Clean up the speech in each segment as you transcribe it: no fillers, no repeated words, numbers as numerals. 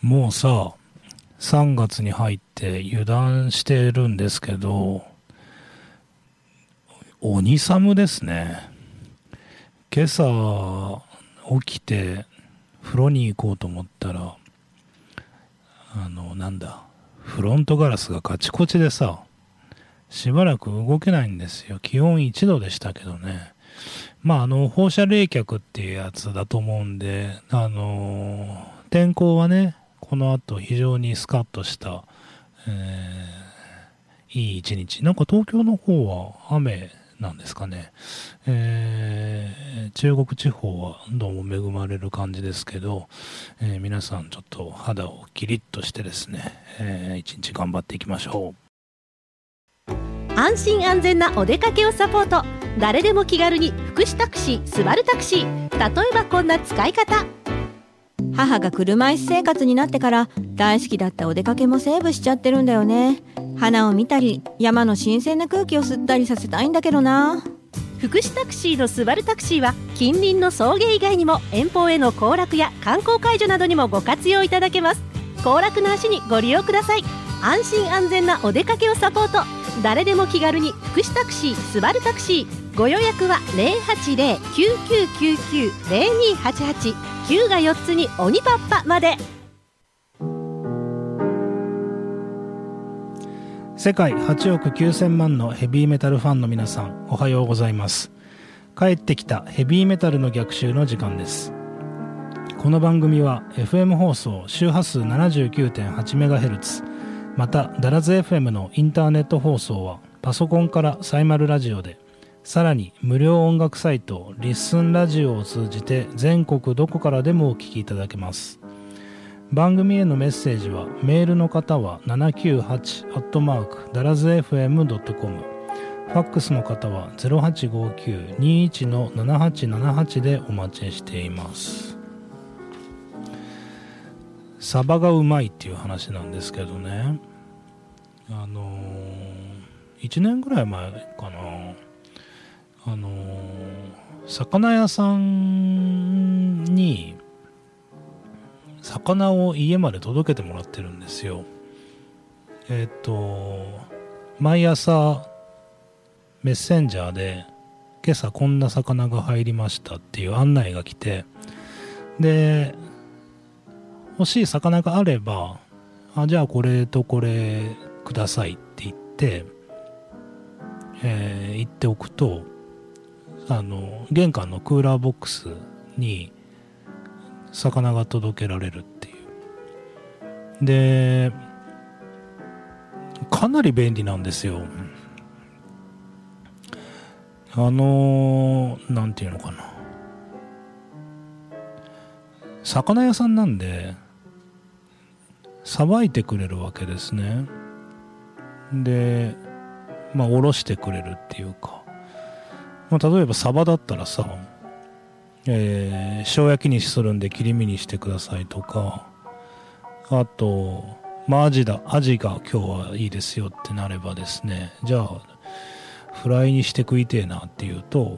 もうさ、3月に入って油断してるんですけど、鬼寒ですね。今朝起きて風呂に行こうと思ったら、フロントガラスがカチコチでさ、しばらく動けないんですよ。気温1度でしたけどね。放射冷却っていうやつだと思うんで、天候はね、この後非常にスカッとした、いい一日。なんか東京の方は雨なんですかね。中国地方はどうも恵まれる感じですけど、皆さんちょっと肌をキリッとしてですね、一日頑張っていきましょう。安心安全なお出かけをサポート。誰でも気軽に福祉タクシー、スバルタクシー。例えばこんな使い方。 母が車椅子生活になってから大好きだったお出かけもセーブしちゃってるんだよね。花を見たり山の新鮮な空気を吸ったりさせたいんだけどな。 福祉タクシーのスバルタクシーは近隣の送迎以外にも遠方への行楽や観光解除などにもご活用いただけます。行楽の足にご利用ください。安心安全なお出かけをサポート。誰でも気軽に福祉タクシー、スバルタクシー。ご予約は 080-9999-0288 9が4つに鬼パッパまで。 世界8億9000万のヘビーメタルファンの皆さん、おはようございます。帰ってきたヘビーメタルの逆襲の時間です。この番組は FM 放送周波数 79.8MHz、 またダラズ FM のインターネット放送はパソコンからサイマルラジオで、さらに無料音楽サイトリッスンラジオを通じて全国どこからでもお聞きいただけます。番組へのメッセージはメールの方は 798@darazfm.com、 ファックスの方は 0859-21-7878 でお待ちしています。サバがうまいっていう話なんですけどね、1年ぐらい前かな、魚屋さんに魚を家まで届けてもらってるんですよ。毎朝メッセンジャーで今朝こんな魚が入りましたっていう案内が来て、で欲しい魚があれば、じゃあこれとこれくださいって言って、言っておくと、玄関のクーラーボックスに魚が届けられるっていう。で、かなり便利なんですよ。なんていうのかな、魚屋さんなんでさばいてくれるわけですね。で、おろしてくれるっていうか、例えばサバだったらさ、塩焼きにするんで切り身にしてくださいとか、あと、アジが今日はいいですよってなればですね、じゃあフライにして食いてえなっていうと、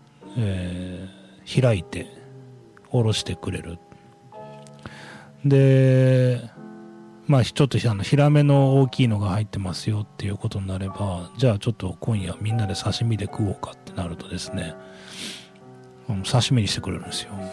開いておろしてくれる。で、ちょっとヒラメの大きいのが入ってますよっていうことになれば、じゃあちょっと今夜みんなで刺身で食おうかってなるとですね、刺身にしてくれるんですよ。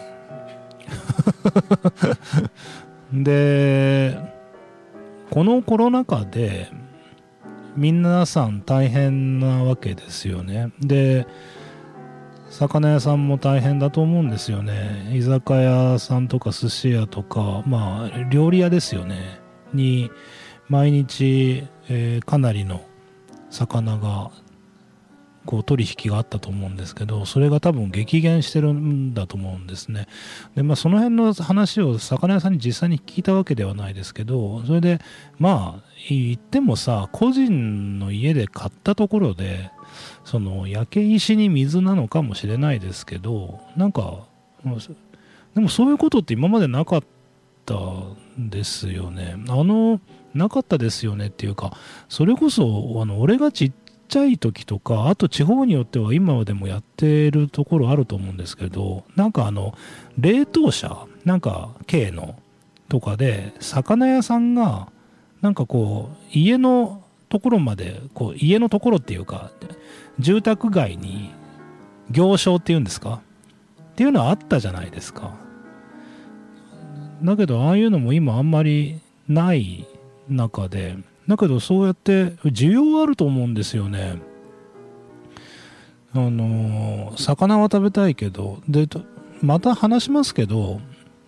で、このコロナ禍で皆さん大変なわけですよね。で、魚屋さんも大変だと思うんですよね。居酒屋さんとか寿司屋とか、料理屋ですよねに毎日、かなりの魚が取引があったと思うんですけど、それが多分激減してるんだと思うんですね。で、その辺の話を魚屋さんに実際に聞いたわけではないですけど、それで言ってもさ、個人の家で買ったところでその焼け石に水なのかもしれないですけど、でもそういうことって今までなかったんですよね。なかったですよねっていうか、それこそ俺がちっちゃい時とか、あと地方によっては今でもやってるところあると思うんですけど、冷凍車、軽のとかで魚屋さんがなんかこう家のところまでこう家のところっていうか住宅街に行商っていうんですかっていうのはあったじゃないですか。だけどああいうのも今あんまりない中で、だけどそうやって需要あると思うんですよね。魚は食べたいけど、でまた話しますけど、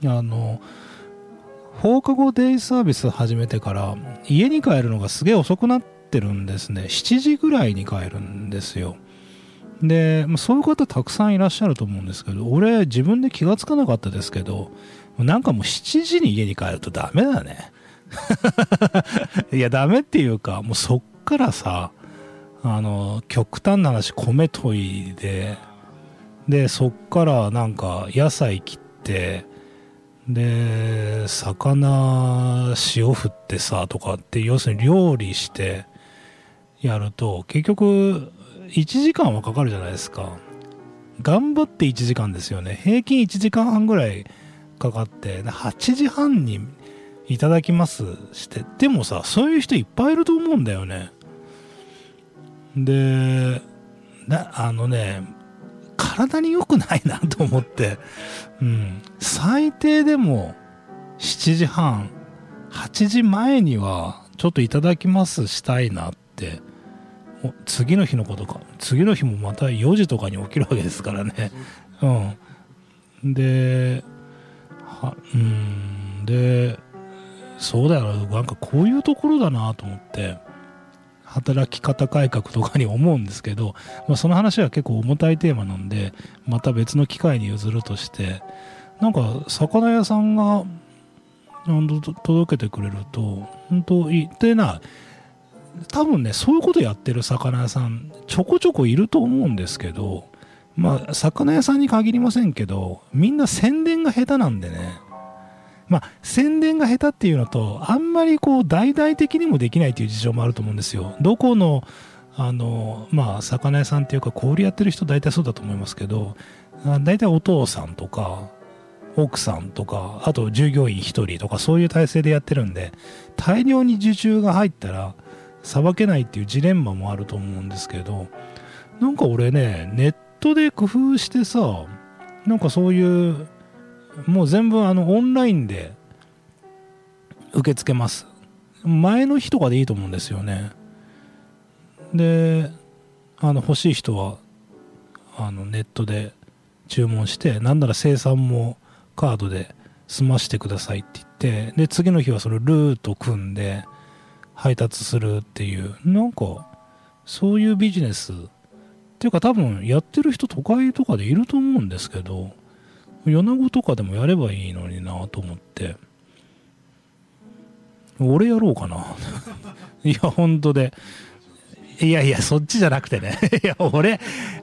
放課後デイサービス始めてから家に帰るのがすげえ遅くなってるんですね。7時ぐらいに帰るんですよ。でそういう方たくさんいらっしゃると思うんですけど、俺自分で気がつかなかったですけど、なんかもう7時に家に帰るとダメだねいやダメっていうか、もうそっからさ、極端な話米研いでそっからなんか野菜切ってで魚塩振ってさとかって、要するに料理してやると結局1時間はかかるじゃないですか。頑張って1時間ですよね。平均1時間半ぐらいかかって8時半にいただきますして、でもさそういう人いっぱいいると思うんだよね。で体に良くないなと思って、最低でも7時半8時前にはちょっといただきますしたいなって。次の日のことか、次の日もまた4時とかに起きるわけですからね。でそうだよな、なんかこういうところだなと思って働き方改革とかに思うんですけど、その話は結構重たいテーマなんでまた別の機会に譲るとして、なんか魚屋さんが届けてくれると本当いいってな。多分ねそういうことやってる魚屋さんちょこちょこいると思うんですけど、魚屋さんに限りませんけど、みんな宣伝が下手なんでね。宣伝が下手っていうのと、あんまりこう大々的にもできないという事情もあると思うんですよ。どこの魚屋さんっていうか小売りやってる人大体そうだと思いますけど、大体お父さんとか奥さんとかあと従業員1人とかそういう体制でやってるんで、大量に受注が入ったらさばけないっていうジレンマもあると思うんですけど、なんか俺ねネットで工夫してさ、なんかそういうもう全部オンラインで受け付けます。前の日とかでいいと思うんですよね。で欲しい人はネットで注文して、なんなら生産もカードで済ましてくださいって言って、で次の日はそのルート組んで配達するっていう、なんかそういうビジネスっていうか、多分やってる人都会とかでいると思うんですけど、米子とかでもやればいいのになと思って、俺やろうかないや本当で、いやそっちじゃなくてねいや俺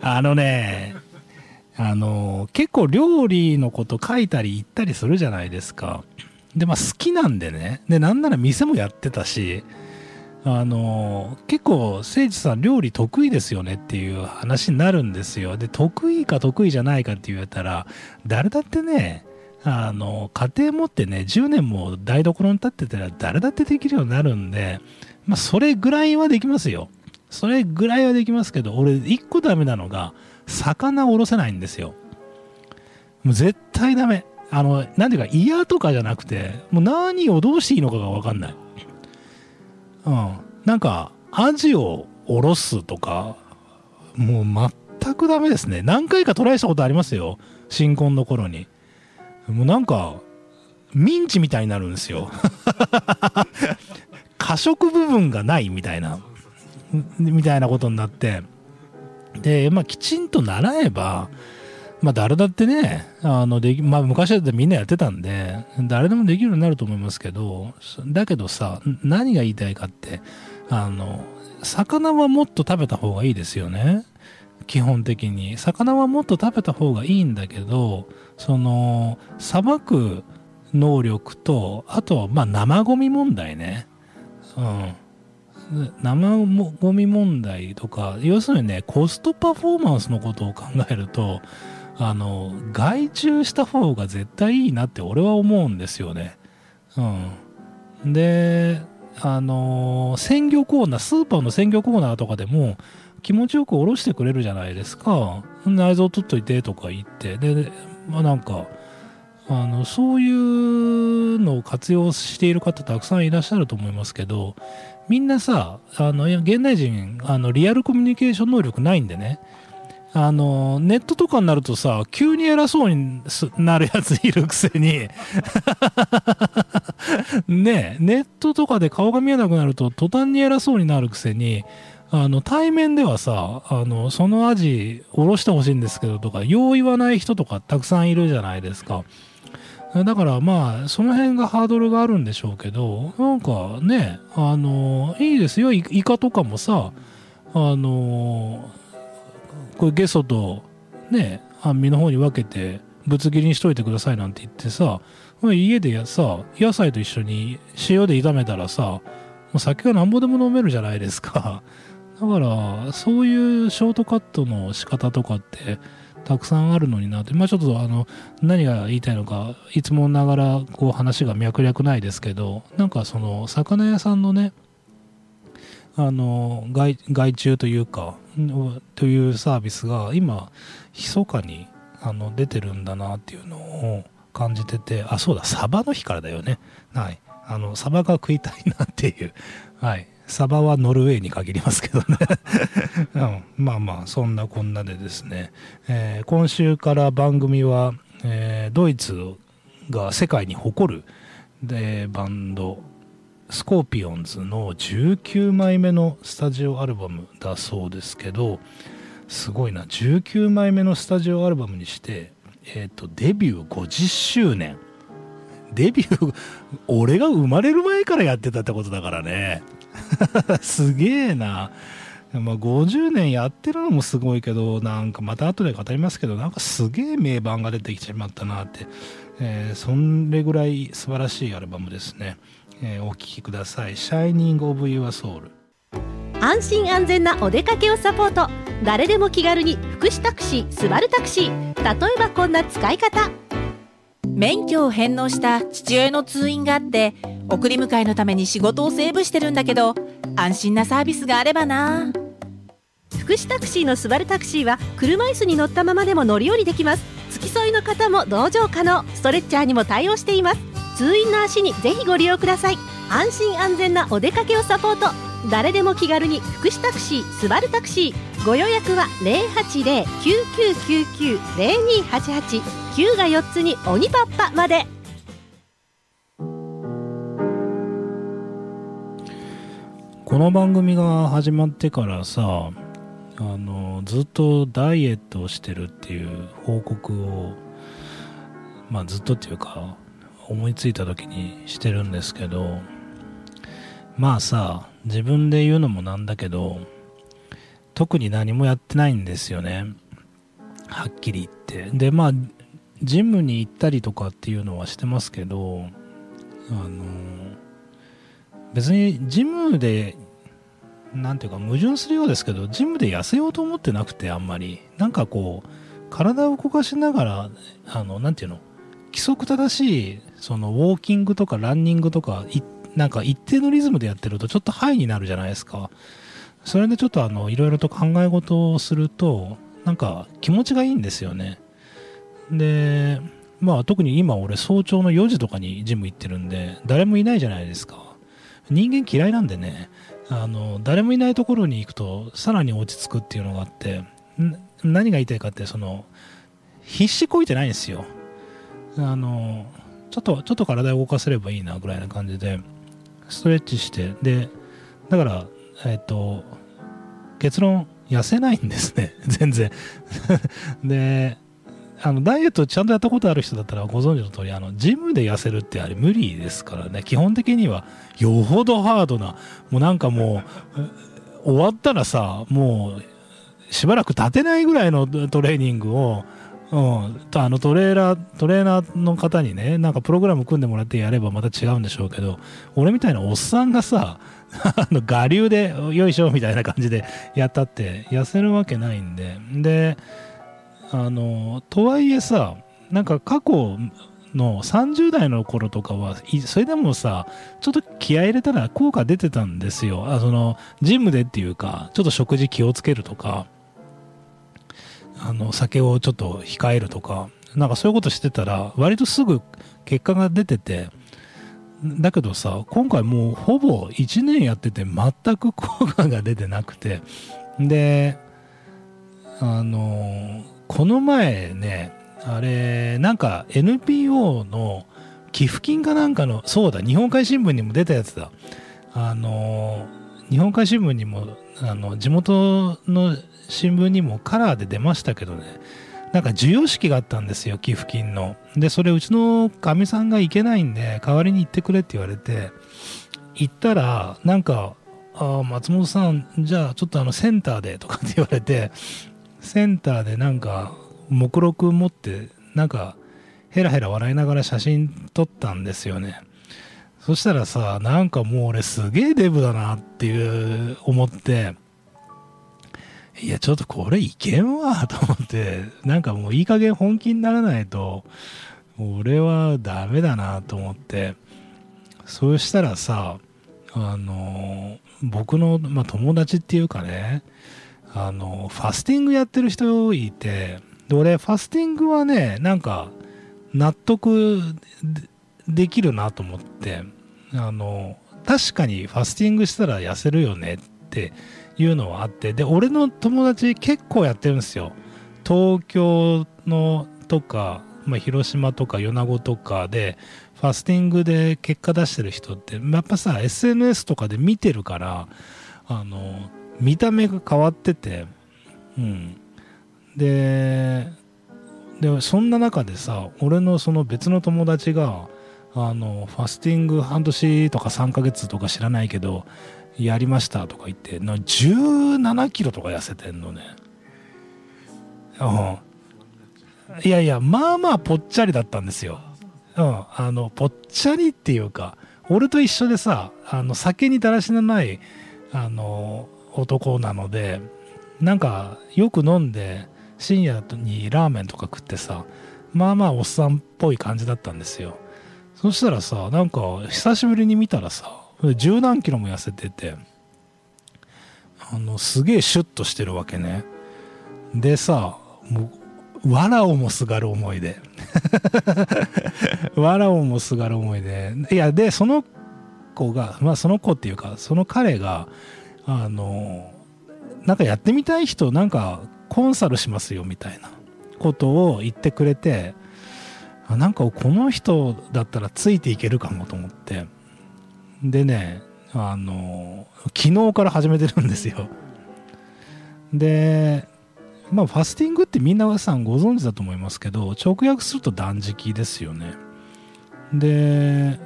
結構料理のこと書いたり言ったりするじゃないですか。で好きなんでね。でなんなら店もやってたし、結構誠司さん料理得意ですよねっていう話になるんですよ。で得意か得意じゃないかって言われたら、誰だってね家庭持ってね10年も台所に立ってたら誰だってできるようになるんで、それぐらいはできますよ。それぐらいはできますけど、俺一個ダメなのが魚をおろせないんですよ。もう絶対ダメ。なんていうか嫌とかじゃなくて、もう何をどうしていいのかが分かんない。なんかアジをおろすとかもう全くダメですね。何回かトライしたことありますよ、新婚の頃に。もうなんかミンチみたいになるんですよ過食部分がないみたいなことになって、できちんと習えば誰だってね昔だってみんなやってたんで誰でもできるようになると思いますけど、だけどさ、何が言いたいかって魚はもっと食べた方がいいですよね。基本的に魚はもっと食べた方がいいんだけど、さばく能力と、あとは生ゴミ問題ね。生ゴミ問題とか、要するにねコストパフォーマンスのことを考えると外注した方が絶対いいなって俺は思うんですよね。 で鮮魚コーナー、スーパーの鮮魚コーナーとかでも気持ちよくおろしてくれるじゃないですか。内臓取っといてとか言って、で、なんかそういうのを活用している方たくさんいらっしゃると思いますけど、みんなさ、現代人リアルコミュニケーション能力ないんでね、ネットとかになるとさ、急に偉そうになるやついるくせにね、ネットとかで顔が見えなくなると途端に偉そうになるくせに、対面ではさ、そのアジおろしてほしいんですけどとかよう言わない人とかたくさんいるじゃないですか。だからまあその辺がハードルがあるんでしょうけど、なんかね、いいですよ。イカとかもさ、これゲソとね、身の方に分けてぶつ切りにしといてくださいなんて言ってさ、家でさ、野菜と一緒に塩で炒めたらさ、もう酒がなんぼでも飲めるじゃないですか。だからそういうショートカットの仕方とかってたくさんあるのになって、まあちょっと何が言いたいのかいつもながらこう話が脈絡ないですけど、なんかその魚屋さんのね、外注というかというサービスが今密かに出てるんだなっていうのを感じてて、そうだ、サバの日からだよね。はい、サバが食いたいなっていう、はい、サバはノルウェーに限りますけどね、まあまあそんなこんなでですね、今週から番組は、ドイツが世界に誇るバンドスコーピオンズの19枚目のスタジオアルバムだそうですけど、すごいな、19枚目のスタジオアルバムにして、デビュー50周年。デビュー、俺が生まれる前からやってたってことだからね。すげえな。まあ、50年やってるのもすごいけど、なんかまた後で語りますけど、なんかすげえ名盤が出てきてしまったなって、そんれぐらい素晴らしいアルバムですね。お聴きください。 Shining of Your Soul。 安心安全なお出かけをサポート。誰でも気軽に福祉タクシー、スバルタクシー。例えばこんな使い方。 免許を返納した父親の通院があって、送り迎えのために仕事をセーブしてるんだけど、安心なサービスがあればな。 福祉タクシーのスバルタクシーは車椅子に乗ったままでも乗り降りできます。付き添いの方も同乗可能。ストレッチャーにも対応しています。通院の足にぜひご利用ください。安心安全なお出かけをサポート。誰でも気軽に福祉タクシー、スバルタクシー。ご予約は 080-9999-0288。 9が4つに鬼パッパまで。 この番組が始まってからさ、ずっとダイエットをしてるっていう報告を、まあずっとっていうか思いついた時にしてるんですけど、まあさ、自分で言うのもなんだけど、特に何もやってないんですよね、はっきり言って。で、まあジムに行ったりとかっていうのはしてますけど、別にジムでなんていうか矛盾するようですけど、ジムで痩せようと思ってなくて、あんまりなんかこう体を動かしながらなんていうの、規則正しいそのウォーキングとかランニングとかなんか一定のリズムでやってるとちょっとハイになるじゃないですか。それでちょっといろいろと考え事をするとなんか気持ちがいいんですよね。で、まあ特に今俺早朝の4時とかにジム行ってるんで誰もいないじゃないですか。人間嫌いなんでね、誰もいないところに行くとさらに落ち着くっていうのがあって、何が言いたいかって、その必死こいてないんですよ。ちょっと体を動かせればいいなぐらいな感じでストレッチして、でだから結論痩せないんですね全然でダイエットちゃんとやったことある人だったらご存知の通り、ジムで痩せるってあれ無理ですからね。基本的にはよほどハードな、もうなんかもう終わったらさ、もうしばらく立てないぐらいのトレーニングを、トレーナーの方にね、なんかプログラム組んでもらってやればまた違うんでしょうけど、俺みたいなおっさんがさ我流でよいしょみたいな感じでやったって痩せるわけないんで、とはいえさ、なんか過去の30代の頃とかはそれでもさちょっと気合い入れたら効果出てたんですよ。ジムでっていうかちょっと食事気をつけるとか酒をちょっと控えるとかなんかそういうことしてたら割とすぐ結果が出てて、だけどさ今回もうほぼ1年やってて全く効果が出てなくて、でこの前ねあれなんか NPO の寄付金かなんかの、そうだ日本海新聞にも出たやつだ、日本海新聞にも地元の新聞にもカラーで出ましたけどね、なんか授与式があったんですよ寄付金の。でそれうちのかみさんが行けないんで代わりに行ってくれって言われて行ったらなんか松本さんじゃあちょっとセンターでとかって言われて、センターでなんか目録持ってなんかヘラヘラ笑いながら写真撮ったんですよね。そしたらさなんかもう俺すげえデブだなっていう思って、いやちょっとこれいけんわと思って、なんかもういい加減本気にならないと俺はダメだなと思って、そうしたらさ僕の、友達っていうかねファスティングやってる人いて、で俺ファスティングはねなんか納得 できるなと思って、確かにファスティングしたら痩せるよねっていうのはあって、で俺の友達結構やってるんですよ。東京のとか、広島とか米子とかでファスティングで結果出してる人ってやっぱさ SNS とかで見てるから見た目が変わってて、でそんな中でさ俺のその別の友達がファスティング半年とか3ヶ月とか知らないけどやりましたとか言って17キロとか痩せてんのね。いやいやまあまあぽっちゃりだったんですよ。ぽっちゃりっていうか俺と一緒でさ酒にだらしのない男なので、なんかよく飲んで深夜にラーメンとか食ってさまあまあおっさんっぽい感じだったんですよ。そしたらさなんか久しぶりに見たらさ10何キロも痩せててすげえシュッとしてるわけね。でさもうわらをもすがる思いでわらをもすがる思いで、いやでその子がその子っていうかその彼がなんかやってみたい人なんかコンサルしますよみたいなことを言ってくれて、なんかこの人だったらついていけるかもと思って、でね昨日から始めてるんですよ。でファスティングってみんなさんご存知だと思いますけど直訳すると断食ですよね。で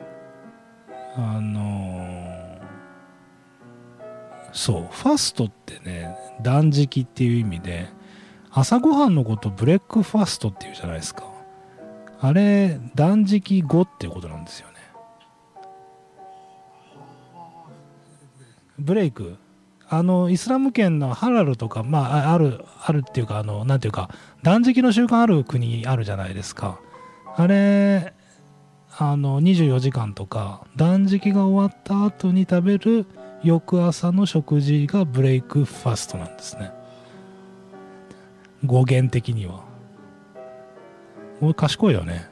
そうファストってね断食っていう意味で朝ごはんのことブレックファストっていうじゃないですか。あれ断食後っていうことなんですよね。ブレイクイスラム圏のハラルとかあるっていうかなんていうか断食の習慣ある国あるじゃないですか。あれ24時間とか断食が終わった後に食べる翌朝の食事がブレイクファストなんですね、語源的には。俺賢いよね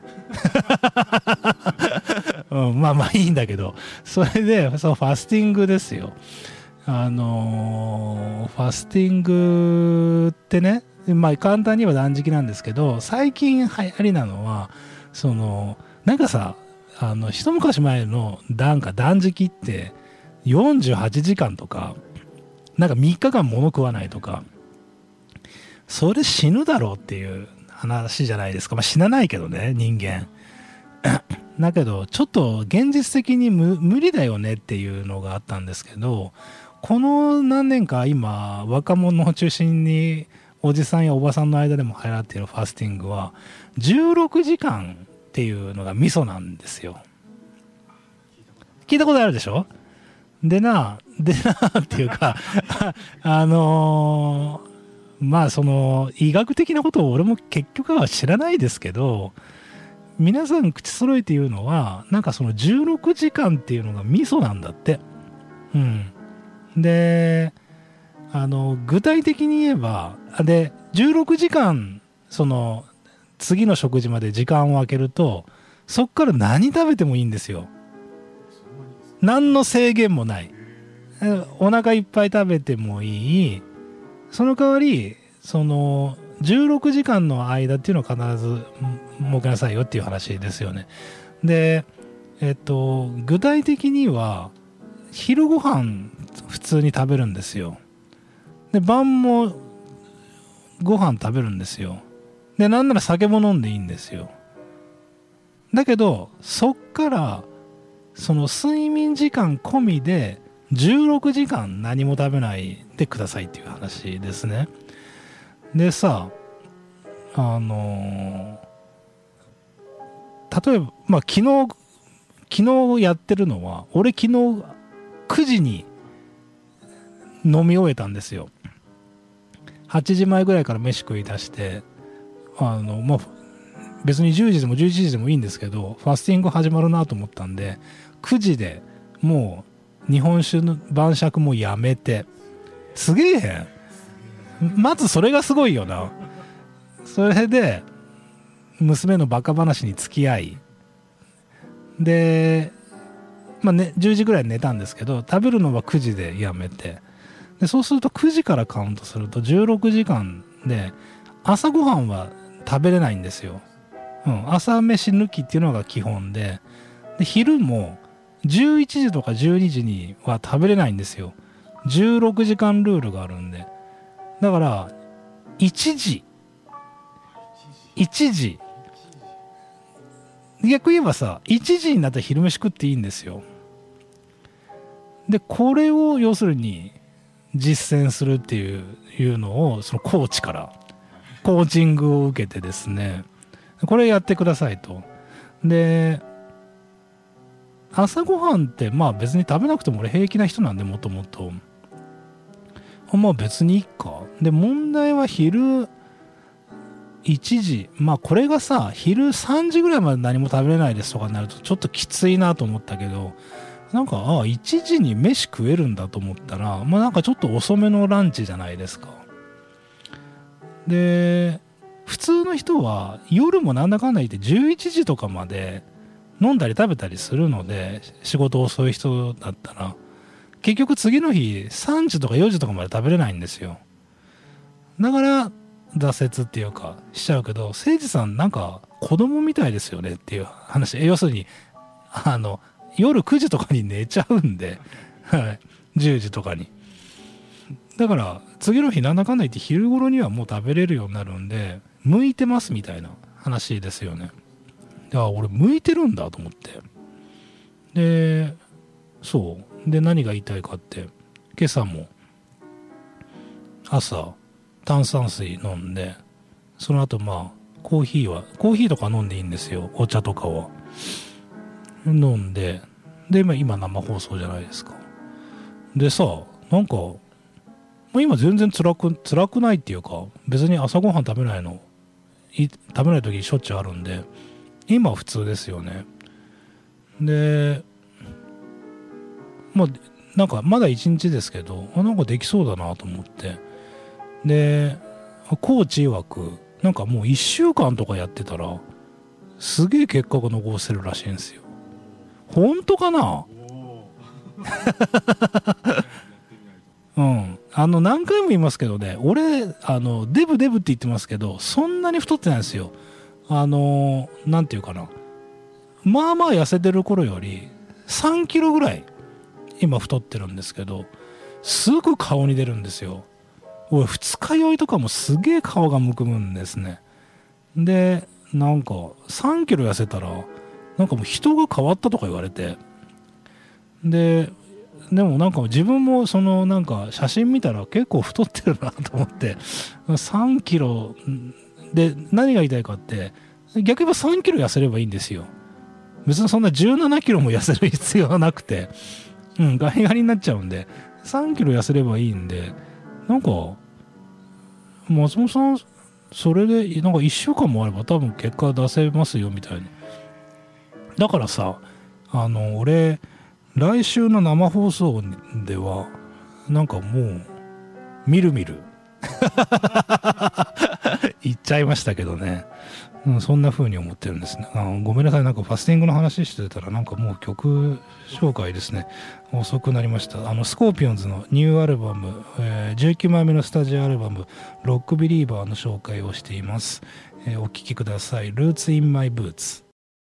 まあいいんだけど、それでそうファスティングですよ。ファスティングってね簡単には断食なんですけど、最近流行りなのはなんかさ一昔前の断食って48時間とかなんか3日間物食わないとか、それ死ぬだろうっていう話じゃないですか。死なないけどね人間だけどちょっと現実的に無理だよねっていうのがあったんですけど、この何年か今若者を中心におじさんやおばさんの間でも流行っているファスティングは16時間っていうのがミソなんですよ。聞いたことあるでしょ。でなっていうか医学的なことを俺も結局は知らないですけど、 皆さん口揃えて言うのはなんかその16時間っていうのがミソなんだって。で具体的に言えばで16時間その次の食事まで時間を空けるとそっから何食べてもいいんですよ。何の制限もない。お腹いっぱい食べてもいい。その代わりその16時間の間っていうのを必ず設けなさいよっていう話ですよね。で具体的には昼ご飯普通に食べるんですよ。で晩もご飯食べるんですよ。でなんなら酒も飲んでいいんですよ。だけどそっからその睡眠時間込みで16時間何も食べないでくださいっていう話ですね。でさ例えば昨日やってるのは俺昨日9時に飲み終えたんですよ。8時前ぐらいから飯食い出して別に10時でも11時でもいいんですけどファスティング始まるなと思ったんで9時でもう日本酒の晩酌もやめてすげえまずそれがすごいよな。それで娘のバカ話に付き合いで10時ぐらいに寝たんですけど食べるのは9時でやめてでそうすると9時からカウントすると16時間で朝ごはんは食べれないんですよ。朝飯抜きっていうのが基本で昼も11時とか12時には食べれないんですよ。16時間ルールがあるんで。だから1時逆言えばさ1時になったら昼飯食っていいんですよ。でこれを要するに実践するっていうのをそのコーチからコーチングを受けてですねこれやってくださいと。で朝ごはんって別に食べなくても俺平気な人なんでもともと別にいいか。で問題は昼1時これがさ昼3時ぐらいまで何も食べれないですとかになるとちょっときついなと思ったけどなんか1時に飯食えるんだと思ったらなんかちょっと遅めのランチじゃないですか。で普通の人は夜もなんだかんだ言って11時とかまで飲んだり食べたりするので仕事遅い人だったら結局次の日3時とか4時とかまで食べれないんですよ。だから挫折っていうかしちゃうけど誠司さんなんか子供みたいですよねっていう話。要するに夜9時とかに寝ちゃうんで10時とかにだから次の日なんだかんだ言って昼頃にはもう食べれるようになるんで向いてますみたいな話ですよね。俺向いてるんだと思ってでそうで何が言いたいかって今朝も朝炭酸水飲んでその後コーヒーとか飲んでいいんですよ。お茶とかは飲んで今生放送じゃないですか。でさなんか今全然辛くないっていうか別に朝ごはん食べない時しょっちゅうあるんで今は普通ですよね。でなんかまだ1日ですけどなんかできそうだなと思ってでコーチ曰くなんかもう1週間とかやってたらすげえ結果が残せるらしいんですよ。本当かな何回も言いますけどね俺デブって言ってますけどそんなに太ってないんですよ。なんていうかな痩せてる頃より3キロぐらい今太ってるんですけどすぐ顔に出るんですよ。俺二日酔いとかもすげえ顔がむくむんですね。でなんか3キロ痩せたらなんかもう人が変わったとか言われてでもなんか自分もなんか写真見たら結構太ってるなと思って3キロで何が言いたいかって逆に言えば3キロ痩せればいいんですよ。別にそんな17キロも痩せる必要はなくてガリガリになっちゃうんで3キロ痩せればいいんでなんか松本さんそれでなんか1週間もあれば多分結果出せますよみたいなだからさ、俺来週の生放送ではなんかもうみるみる言っちゃいましたけどね、そんな風に思ってるんですね。ごめんなさい、なんかファスティングの話してたらなんかもう曲紹介ですね、遅くなりました。スコーピオンズのニューアルバム、19枚目のスタジオアルバムロックビリーバーの紹介をしています。お聴きください。 Roots in My Boots。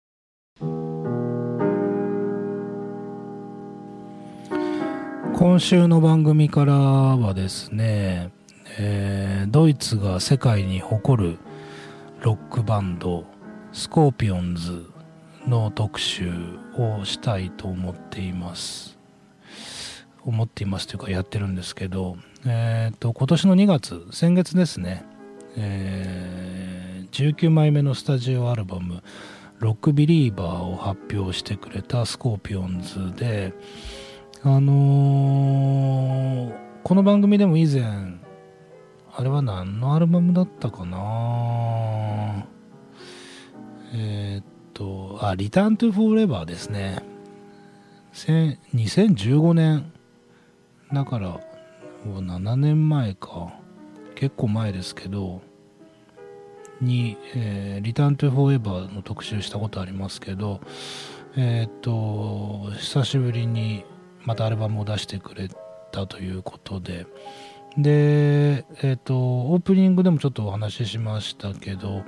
今週の番組からはですね、ドイツが世界に誇るロックバンドスコーピオンズの特集をしたいと思っていますというかやってるんですけど、今年の2月、先月ですね、19枚目のスタジオアルバムロックビリーバーを発表してくれたスコーピオンズで、この番組でも以前あれは何のアルバムだったかな、リターントゥフォーエバーですね。2015年だからもう7年前か、結構前ですけどに、リターントゥフォーエバーの特集したことありますけど、久しぶりにまたアルバムを出してくれたということで、オープニングでもちょっとお話ししましたけど、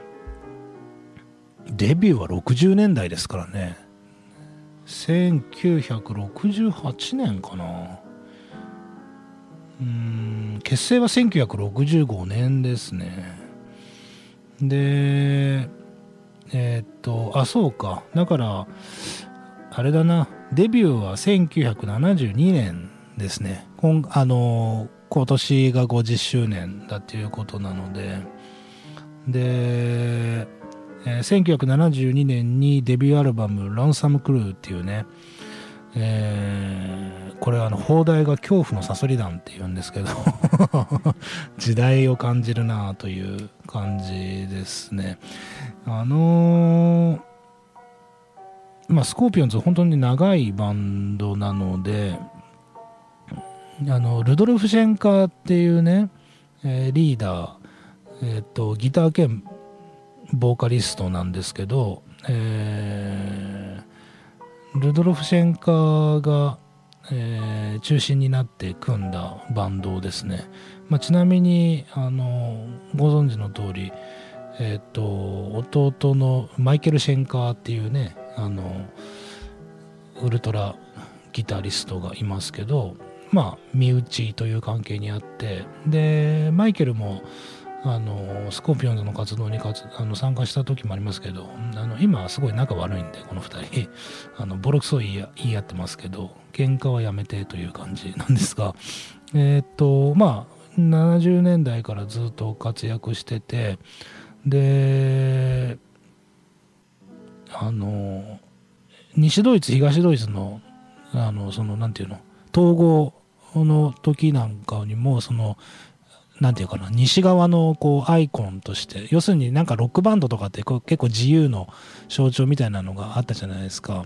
デビューは60年代ですからね。1968年かな。結成は1965年ですね。で、そうか。だから、あれだな。デビューは1972年ですね。今年が50周年だということなので、1972年にデビューアルバムロンサムクルーっていうね、これは放題が恐怖のサソリ団っていうんですけど時代を感じるなという感じですね。スコーピオンズ本当に長いバンドなので、ルドルフ・シェンカーっていうね、リーダー、ギター兼ボーカリストなんですけど、ルドルフ・シェンカーが、中心になって組んだバンドですね。ちなみにご存知の通り、弟のマイケル・シェンカーっていうね、ウルトラギタリストがいますけど、身内という関係にあって、でマイケルもスコーピオンズの活動に参加した時もありますけど、今はすごい仲悪いんで、この2人ボロクソ言い合ってますけど、喧嘩はやめてという感じなんですが、70年代からずっと活躍してて、で西ドイツ東ドイツのなんていうの、統合の時なんかにもなんていうかな、西側のアイコンとして、要するになんかロックバンドとかって結構自由の象徴みたいなのがあったじゃないですか。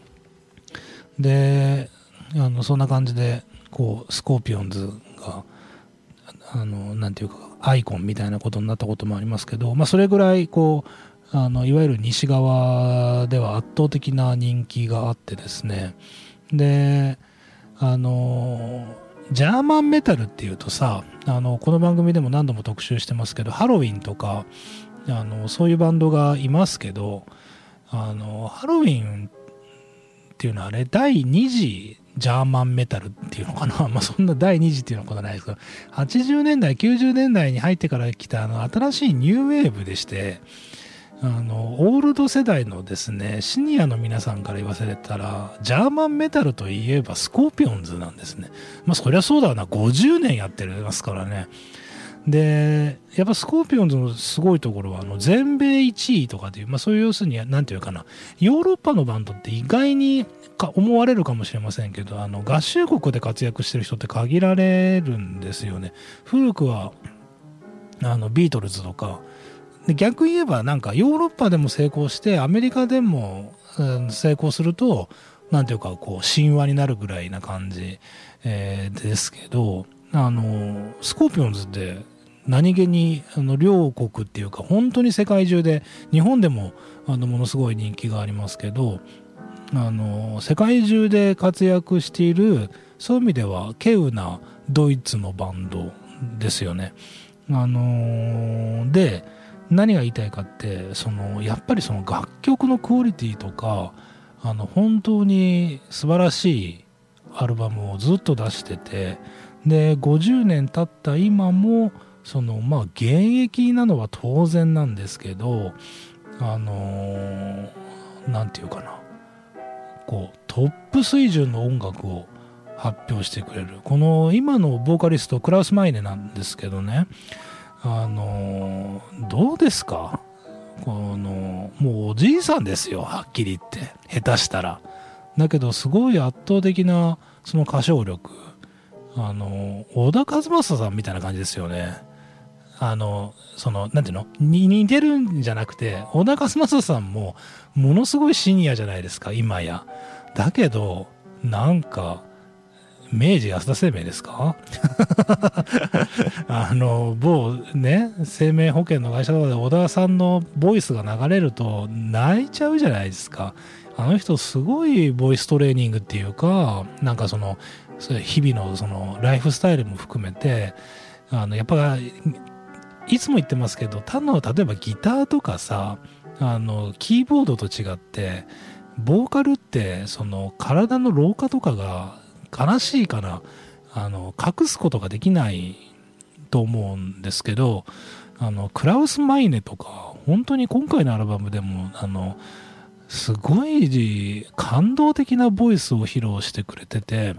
でそんな感じでスコーピオンズがなんていうかアイコンみたいなことになったこともありますけど、それぐらいいわゆる西側では圧倒的な人気があってですね。でジャーマンメタルっていうとさ、この番組でも何度も特集してますけど、ハロウィンとかそういうバンドがいますけど、ハロウィンっていうのはあれ第2次ジャーマンメタルっていうのかな、そんな第2次っていうのはことないですけど、80年代90年代に入ってから来た新しいニューウェーブでして、オールド世代のですね、シニアの皆さんから言わせたら、ジャーマンメタルといえばスコーピオンズなんですね。そりゃそうだな、50年やってますからね。でやっぱスコーピオンズのすごいところは全米1位とかでいう、そういう要するになんていうかな、ヨーロッパのバンドって意外に思われるかもしれませんけど、合衆国で活躍してる人って限られるんですよね。古くはビートルズとかで逆に言えばなんかヨーロッパでも成功してアメリカでも、成功するとなんていうかこう神話になるぐらいな感じ、ですけど、スコーピオンズって何気に両国っていうか本当に世界中で、日本でもものすごい人気がありますけど、世界中で活躍している、そういう意味では稀有なドイツのバンドですよね。で何が言いたいかって、やっぱりその楽曲のクオリティとか本当に素晴らしいアルバムをずっと出してて、で50年経った今も現役なのは当然なんですけど、なんていうかな、こうトップ水準の音楽を発表してくれる、この今のボーカリストクラウス・マイネなんですけどね、どうですか、もうおじいさんですよ、はっきり言って、下手したら。だけどすごい圧倒的なその歌唱力、小田和正さんみたいな感じですよね。なんていうの、似てるんじゃなくて、小田和正さんもものすごいシニアじゃないですか今や。だけどなんか明治安田生命ですか某ね生命保険の会社とかで小田さんのボイスが流れると泣いちゃうじゃないですか。あの人すごいボイストレーニングっていうか、なんか日々のライフスタイルも含めて、やっぱいつも言ってますけど、例えばギターとかさ、キーボードと違ってボーカルって体の老化とかが悲しいから隠すことができないと思うんですけど、クラウス・マイネとか本当に今回のアルバムでもすごい感動的なボイスを披露してくれてて、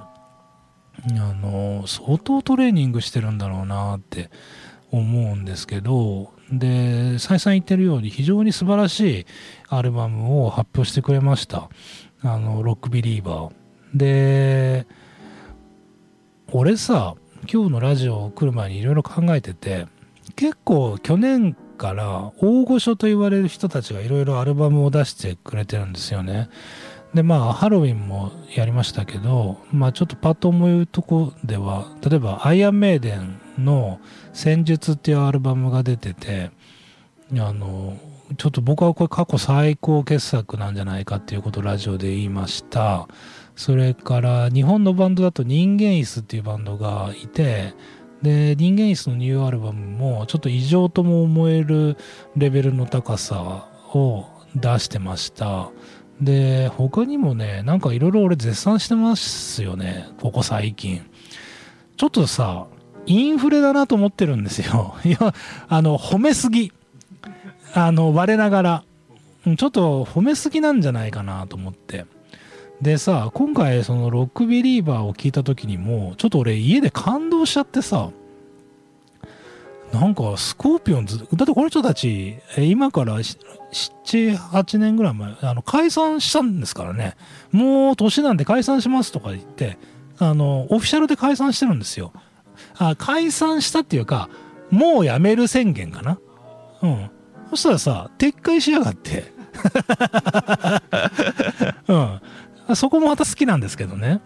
相当トレーニングしてるんだろうなって思うんですけど、で再三言ってるように非常に素晴らしいアルバムを発表してくれました。ロックビリーバーで、俺さ今日のラジオ来る前にいろいろ考えてて、結構去年から大御所と言われる人たちがいろいろアルバムを出してくれてるんですよね。でハロウィンもやりましたけど、ちょっとパッと思うとこでは、例えばアイアンメイデンの戦術っていうアルバムが出てて、ちょっと僕はこれ過去最高傑作なんじゃないかっていうことをラジオで言いました。それから日本のバンドだと人間椅子っていうバンドがいて、で人間椅子のニューアルバムもちょっと異常とも思えるレベルの高さを出してました。で他にもね、なんかいろいろ俺絶賛してますよね、ここ最近。ちょっとさインフレだなと思ってるんですよ。いや褒めすぎ、我ながらちょっと褒めすぎなんじゃないかなと思って。でさ、今回そのロックビリーバーを聞いた時にもちょっと俺家で感動しちゃってさ、なんかスコーピオンズだってこの人たち今から7、8年ぐらい前解散したんですからね。もう年なんで解散しますとか言ってオフィシャルで解散してるんですよ。解散したっていうかもうやめる宣言かな。そしたらさ撤回しやがってそこもまた好きなんですけどね。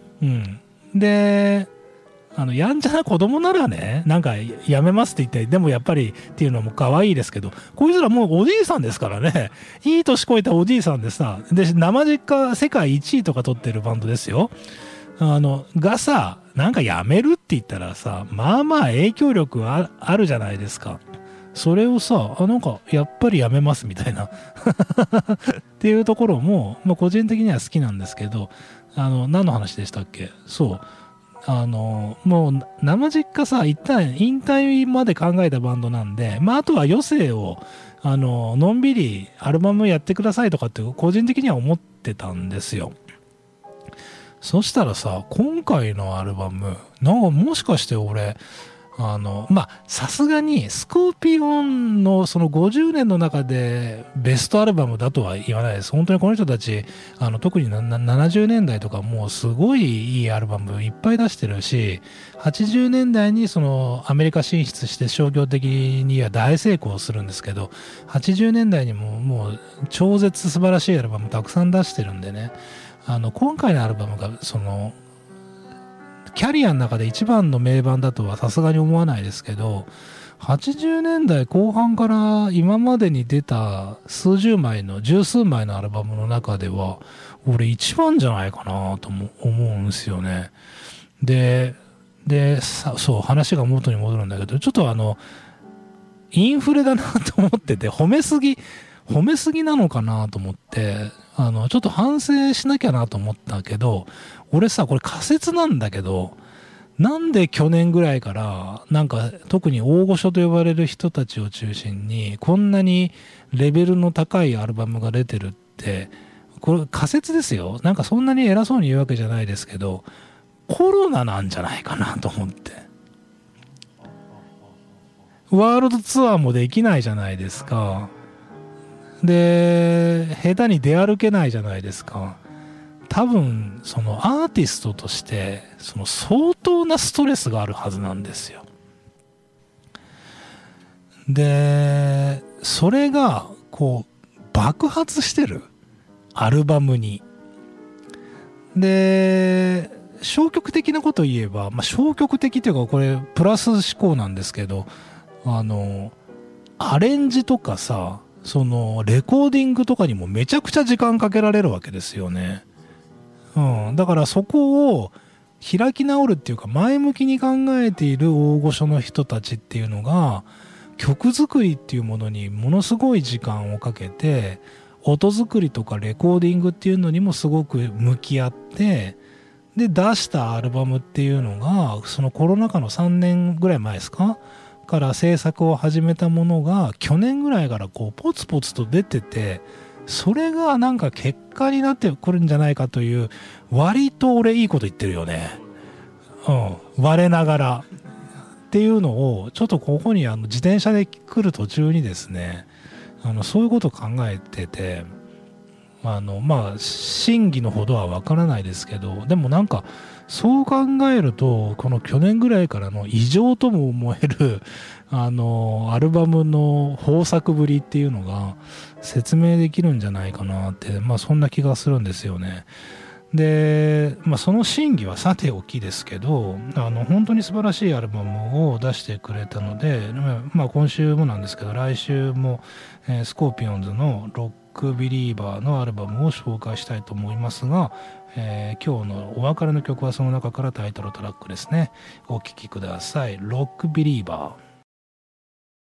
でやんちゃな子供ならね、なんかやめますって言って、でもやっぱりっていうのも可愛いですけど、こいつらもうおじいさんですからね。いい年こいたおじいさんでさ、で生実家世界1位とか取ってるバンドですよ。がさ、なんかやめるって言ったらさ、影響力あるじゃないですか。それをさ、なんかやっぱりやめますみたいなっていうところも、個人的には好きなんですけど、何の話でしたっけ？そう。もう生実家さ、一旦引退まで考えたバンドなんで、あとは余生をのんびりアルバムやってくださいとかって個人的には思ってたんですよ。そしたらさ、今回のアルバムなんかもしかして俺さすがにスコーピオンのその50年の中でベストアルバムだとは言わないです。本当にこの人たち、特に70年代とかもうすごいいいアルバムいっぱい出してるし、80年代にそのアメリカ進出して商業的には大成功するんですけど、80年代にももう超絶素晴らしいアルバムたくさん出してるんでね、今回のアルバムがそのキャリアの中で一番の名盤だとはさすがに思わないですけど、80年代後半から今までに出た十数枚のアルバムの中では俺一番じゃないかなとも思うんですよね。でそう話が元に戻るんだけど、ちょっとインフレだなと思ってて、褒めすぎなのかなと思ってちょっと反省しなきゃなと思ったけど、俺さ、これ仮説なんだけど、なんで去年ぐらいからなんか特に大御所と呼ばれる人たちを中心にこんなにレベルの高いアルバムが出てるって、これ仮説ですよ。なんかそんなに偉そうに言うわけじゃないですけど、コロナなんじゃないかなと思って。ワールドツアーもできないじゃないですか。で、下手に出歩けないじゃないですか。多分そのアーティストとしてその相当なストレスがあるはずなんですよ。で、それがこう爆発してるアルバムに。で、消極的なことを言えば、消極的というかこれプラス思考なんですけど、アレンジとかさ、そのレコーディングとかにもめちゃくちゃ時間かけられるわけですよね。だからそこを開き直るっていうか前向きに考えている大御所の人たちっていうのが曲作りっていうものにものすごい時間をかけて、音作りとかレコーディングっていうのにもすごく向き合って、で出したアルバムっていうのがそのコロナ禍の3年ぐらい前ですかから制作を始めたものが去年ぐらいからこうポツポツと出てて、それがなんか結果になってくるんじゃないかという、割と俺いいこと言ってるよね。我ながらっていうのをちょっとここに自転車で来る途中にですね、そういうことを考えてて、真偽のほどはわからないですけど、でもなんかそう考えるとこの去年ぐらいからの異常とも思えるアルバムの豊作ぶりっていうのが説明できるんじゃないかなって、そんな気がするんですよね。で、その真偽はさておきですけど、本当に素晴らしいアルバムを出してくれたので、今週もなんですけど来週も、スコーピオンズのロックビリーバーのアルバムを紹介したいと思いますが、今日のお別れの曲はその中からタイトルトラックですね。お聴きください。ロックビリーバー。